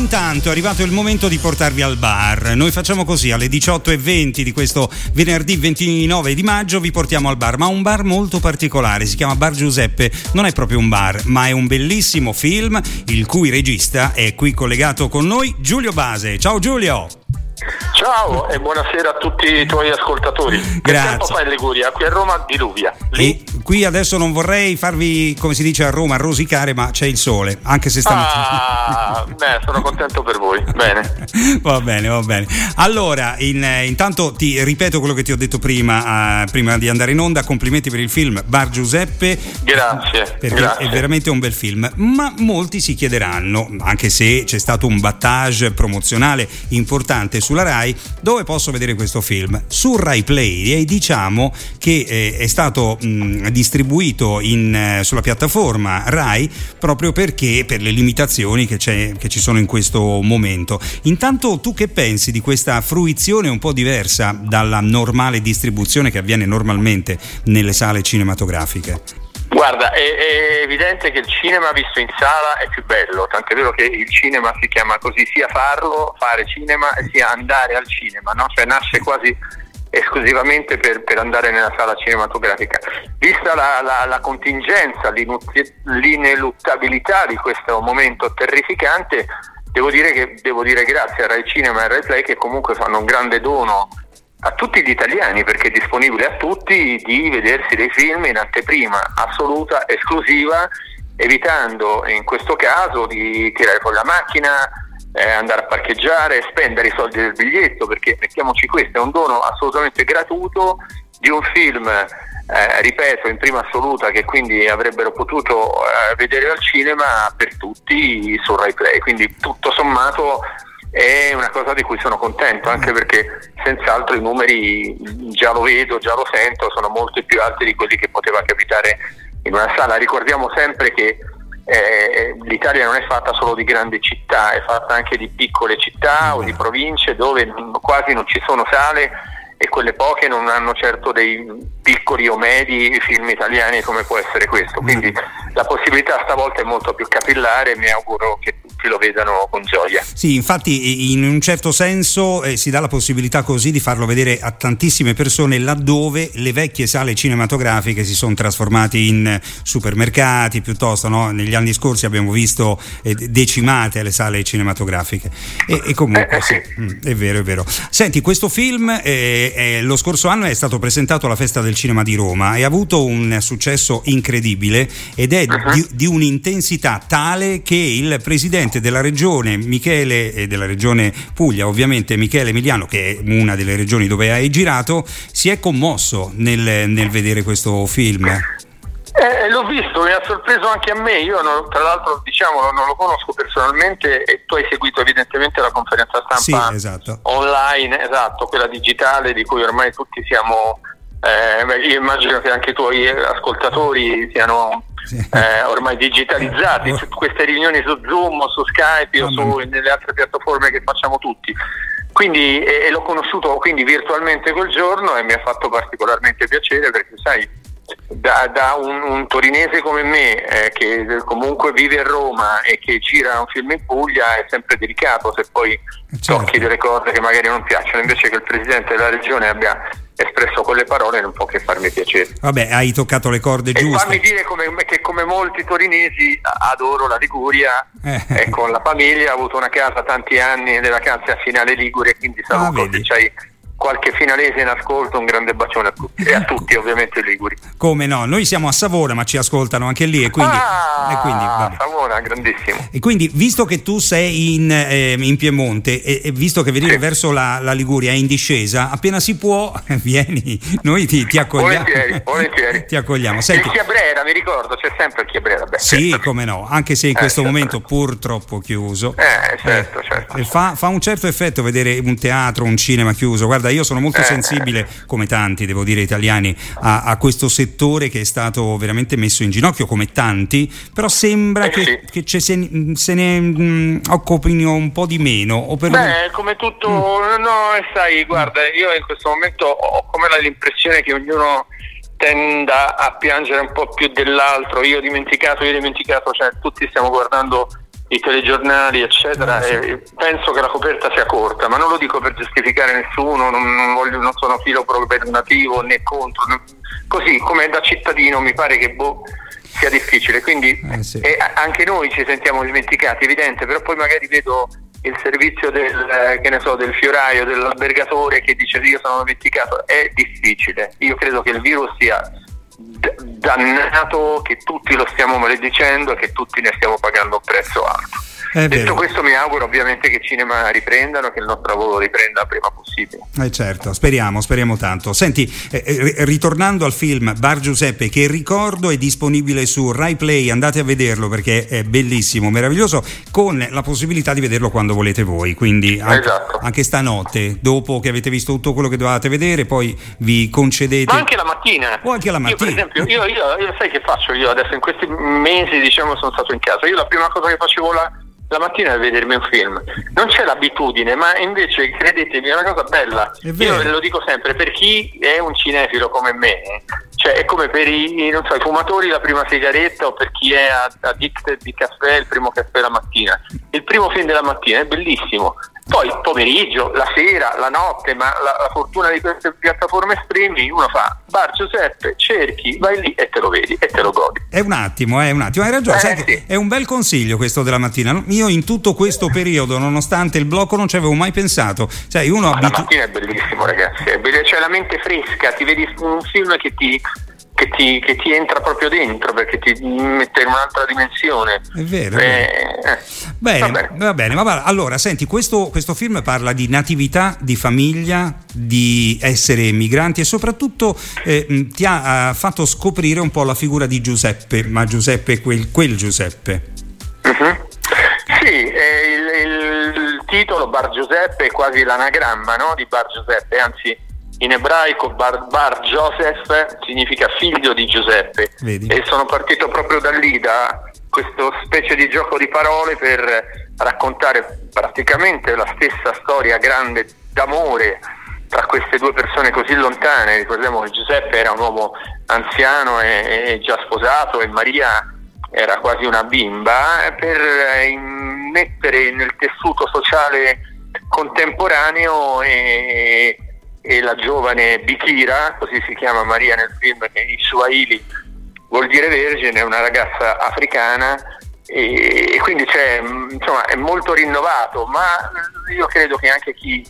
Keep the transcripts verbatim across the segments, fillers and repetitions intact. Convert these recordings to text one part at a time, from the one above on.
intanto è arrivato il momento di portarvi al bar. Noi facciamo così, alle diciotto e venti di questo venerdì ventinove di maggio vi portiamo al bar, ma un bar molto particolare, si chiama Bar Giuseppe. Non è proprio un bar, ma è un bellissimo film, il cui regista è qui collegato con noi, Giulio Base. Ciao Giulio! Ciao e buonasera a tutti i tuoi ascoltatori. Grazie. Che tempo fa in Liguria? Qui a Roma diluvia. Lì? E qui adesso non vorrei farvi, come si dice a Roma, rosicare, ma c'è il sole, anche se stamattina. Ah, beh, sono contento per voi. Bene. Va bene, va bene. Allora, in, intanto ti ripeto quello che ti ho detto prima, uh, prima di andare in onda. Complimenti per il film Bar Giuseppe. Grazie. Perché grazie. è veramente un bel film. Ma molti si chiederanno, anche se c'è stato un battage promozionale importante sulla Rai, dove posso vedere questo film? Su Rai Play, e diciamo che eh, è stato mh, distribuito in, eh, sulla piattaforma Rai proprio perché per le limitazioni che, c'è, che ci sono in questo momento. Intanto tu che pensi di questa fruizione un po' diversa dalla normale distribuzione che avviene normalmente nelle sale cinematografiche? Guarda, è, è evidente che il cinema visto in sala è più bello, tant'è vero che il cinema si chiama così, sia farlo, fare cinema, sia andare al cinema, no? Cioè nasce quasi esclusivamente per, per andare nella sala cinematografica. Vista la, la, la contingenza, l'ineluttabilità di questo momento terrificante, devo dire che devo dire grazie a Rai Cinema e a Rai Play, che comunque fanno un grande dono a tutti gli italiani, perché è disponibile a tutti, di vedersi dei film in anteprima assoluta, esclusiva, evitando in questo caso di tirare fuori la macchina, eh, andare a parcheggiare, spendere i soldi del biglietto, perché mettiamoci questo, è un dono assolutamente gratuito di un film, eh, ripeto, in prima assoluta, che quindi avrebbero potuto eh, vedere al cinema per tutti su Rai Play, quindi tutto sommato è una cosa di cui sono contento, anche perché senz'altro i numeri, già lo vedo, già lo sento, sono molto più alti di quelli che poteva capitare in una sala. Ricordiamo sempre che eh, l'Italia non è fatta solo di grandi città, è fatta anche di piccole città o di province dove quasi non ci sono sale, e quelle poche non hanno certo dei piccoli o medi film italiani come può essere questo, quindi la possibilità stavolta è molto più capillare e mi auguro che tutti lo vedano con gioia. Sì, infatti in un certo senso eh, si dà la possibilità così di farlo vedere a tantissime persone laddove le vecchie sale cinematografiche si sono trasformate in supermercati piuttosto, no? Negli anni scorsi abbiamo visto eh, decimate le sale cinematografiche e, e comunque eh, sì, sì. è vero, è vero. Senti, questo film eh, eh, lo scorso anno è stato presentato alla Festa del Cinema di Roma e ha avuto un successo incredibile ed è uh-huh. di, di un'intensità tale che il presidente della regione Michele e della regione Puglia, ovviamente Michele Emiliano, che è una delle regioni dove hai girato, si è commosso nel, nel vedere questo film. Eh, l'ho visto, mi ha sorpreso anche a me. Io non, tra l'altro diciamo non lo conosco personalmente, e tu hai seguito evidentemente la conferenza stampa sì, esatto. online, esatto, quella digitale di cui ormai tutti siamo eh, beh, io immagino che anche i tuoi ascoltatori siano sì. eh, ormai digitalizzati, su queste riunioni su Zoom o su Skype o su, nelle altre piattaforme che facciamo tutti. Quindi eh, l'ho conosciuto quindi virtualmente quel giorno e mi ha fatto particolarmente piacere, perché sai, Da, da un, un torinese come me eh, che comunque vive a Roma e che gira un film in Puglia, è sempre delicato se poi certo. tocchi delle cose che magari non piacciono. Invece che il presidente della regione abbia espresso quelle parole non può che farmi piacere. Vabbè, hai toccato le corde e giuste. Fammi dire come, che come molti torinesi adoro la Liguria eh. e con la famiglia ho avuto una casa tanti anni, le vacanze a Finale Ligure, quindi saluto che c'hai qualche finalese in ascolto, un grande bacione a tutti e a tutti ovviamente liguri. Come no, noi siamo a Savona ma ci ascoltano anche lì e quindi, ah, e quindi vabbè. Savona, grandissimo. E quindi visto che tu sei in, eh, in Piemonte e, e visto che venire sì. verso la, la Liguria è in discesa, appena si può vieni, noi ti, ti accogliamo. Volentieri, volentieri. Ti accogliamo. Senti, il Chiabrera, mi ricordo, c'è sempre il Chiabrera. Beh, sì, certo. come no, anche se in eh, questo certo. momento purtroppo chiuso. Eh, certo, eh, certo. E fa, fa un certo effetto vedere un teatro, un cinema chiuso. Guarda, io sono molto eh. sensibile, come tanti, devo dire, italiani, a, a questo settore che è stato veramente messo in ginocchio, come tanti, però sembra eh, che, sì. che ce se, se ne mh, occupino un po' di meno. O per Beh, un... come tutto, mm. no, e sai, guarda, io in questo momento ho come l'impressione che ognuno tenda a piangere un po' più dell'altro. Io ho dimenticato, io ho dimenticato, cioè tutti stiamo guardando i telegiornali eccetera, ah, sì. e penso che la coperta sia corta, ma non lo dico per giustificare nessuno, non, non, voglio, non sono filo governativo né contro, non, così come da cittadino mi pare che boh, sia difficile, quindi eh, sì. eh, anche noi ci sentiamo dimenticati, evidente, però poi magari vedo il servizio del, eh, che ne so, del fioraio, dell'albergatore che dice io sono dimenticato, è difficile, io credo che il virus sia dannato, che tutti lo stiamo maledicendo e che tutti ne stiamo pagando un prezzo alto. È Detto vero. questo, mi auguro ovviamente che il cinema riprendano e che il nostro lavoro riprenda prima possibile. Eh certo, speriamo, speriamo tanto. Senti, eh, ritornando al film Bar Giuseppe, che ricordo è disponibile su Rai Play, andate a vederlo perché è bellissimo, meraviglioso, con la possibilità di vederlo quando volete voi, quindi anche, esatto. anche stanotte, dopo che avete visto tutto quello che dovevate vedere, poi vi concedete... Ma anche la mattina. O anche la mattina. Io per esempio, io, io, io sai che faccio io adesso in questi mesi, diciamo, sono stato in casa, io la prima cosa che facevo là la mattina è vedermi un film, non c'è l'abitudine, ma invece credetemi è una cosa bella. Io ve lo dico sempre, per chi è un cinefilo come me, cioè è come per i, non so, i fumatori la prima sigaretta, o per chi è addicted di caffè il primo caffè la mattina, il primo film della mattina è bellissimo, poi il pomeriggio, la sera, la notte, ma la, la fortuna di queste piattaforme streaming, uno fa Bar Giuseppe, cerchi, vai lì e te lo vedi e te lo godi. È un attimo, è un attimo, hai ragione, eh, sai sì. che è un bel consiglio questo della mattina. Io in tutto questo periodo, nonostante il blocco, non ci avevo mai pensato. Cioè, uno Ma abitu- la mattina è bellissimo, ragazzi, è bellissimo. C'è la mente fresca, ti vedi un film che ti Che ti, che ti entra proprio dentro, perché ti mette in un'altra dimensione. È vero. Eh, eh. Bene, va bene, va bene, ma va, allora senti, questo, questo film parla di natività, di famiglia, di essere migranti e soprattutto eh, ti ha, ha fatto scoprire un po' la figura di Giuseppe, ma Giuseppe quel, quel Giuseppe. Uh-huh. Sì, eh, il, il, il titolo Bar Giuseppe è quasi l'anagramma, no, di Bar Giuseppe, anzi in ebraico Bar, Bar Joseph significa figlio di Giuseppe. Vedi? E sono partito proprio da lì, da questo specie di gioco di parole per raccontare praticamente la stessa storia grande d'amore tra queste due persone così lontane. Ricordiamo che Giuseppe era un uomo anziano e, e già sposato, e Maria era quasi una bimba, per mettere nel tessuto sociale contemporaneo e e la giovane Bikira, così si chiama Maria nel film, che in Swahili vuol dire vergine, è una ragazza africana, e quindi c'è, insomma, è molto rinnovato, ma io credo che anche chi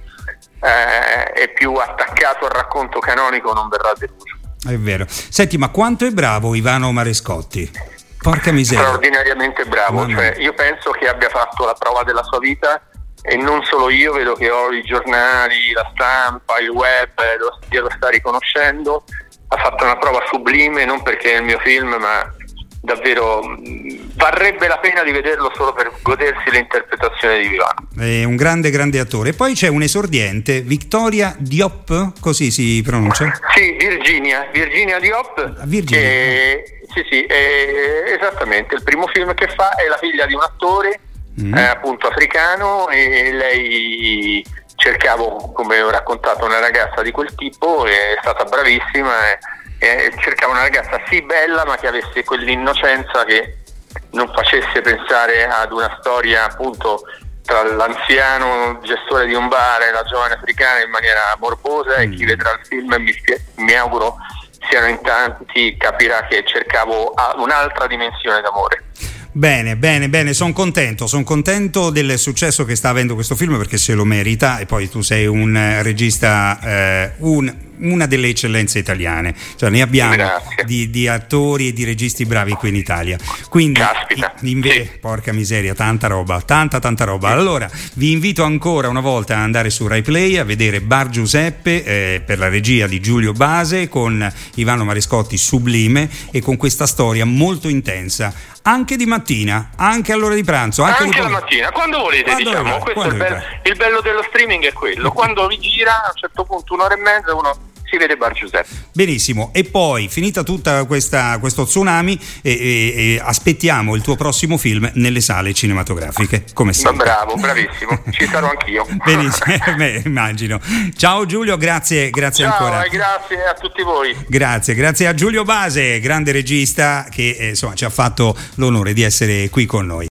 eh, è più attaccato al racconto canonico non verrà deluso. È vero. Senti, ma quanto è bravo Ivano Marescotti? Porca miseria. Straordinariamente bravo, cioè, io penso che abbia fatto la prova della sua vita. E non solo io, vedo che ho i giornali, la stampa, il web, lo, lo sta riconoscendo. Ha fatto una prova sublime, non perché è il mio film, ma davvero mh, varrebbe la pena di vederlo solo per godersi l'interpretazione di Ivano. È un grande grande attore. Poi c'è un esordiente, Victoria Diop, così si pronuncia? Sì, Virginia, Virginia Diop. Virginia. Che, sì, sì, è, esattamente, il primo film che fa è la figlia di un attore Mm. Eh, appunto africano, e lei, cercavo, come ho raccontato, una ragazza di quel tipo, è stata bravissima, e, e cercavo una ragazza sì bella, ma che avesse quell'innocenza, che non facesse pensare ad una storia appunto tra l'anziano gestore di un bar e la giovane africana in maniera morbosa, mm. e chi vedrà il film, mi, mi auguro siano in tanti, capirà che cercavo un'altra dimensione d'amore. Bene, bene, bene, sono contento, sono contento del successo che sta avendo questo film, perché se lo merita, e poi tu sei un regista, eh, un, una delle eccellenze italiane, cioè ne abbiamo di, di attori e di registi bravi qui in Italia, quindi Caspita, inve- sì. porca miseria, tanta roba, tanta tanta roba. Allora vi invito ancora una volta a andare su Rai Play a vedere Bar Giuseppe, eh, per la regia di Giulio Base, con Ivano Marescotti sublime, e con questa storia molto intensa, anche di mattina, anche all'ora di pranzo, anche, anche di... la mattina, quando volete, quando diciamo, volete, questo quando è il, be- il bello dello streaming è quello, quando vi gira a un certo punto un'ora e mezza uno si vede Bar Giuseppe. Benissimo, e poi finita tutta questa questo tsunami, e, e, e aspettiamo il tuo prossimo film nelle sale cinematografiche, come sempre. Ma bravo, bravissimo, ci sarò anch'io. Benissimo, beh, immagino. Ciao Giulio, grazie, grazie Ciao, ancora. E grazie a tutti voi. Grazie, grazie a Giulio Base, grande regista che eh, insomma ci ha fatto l'onore di essere qui con noi.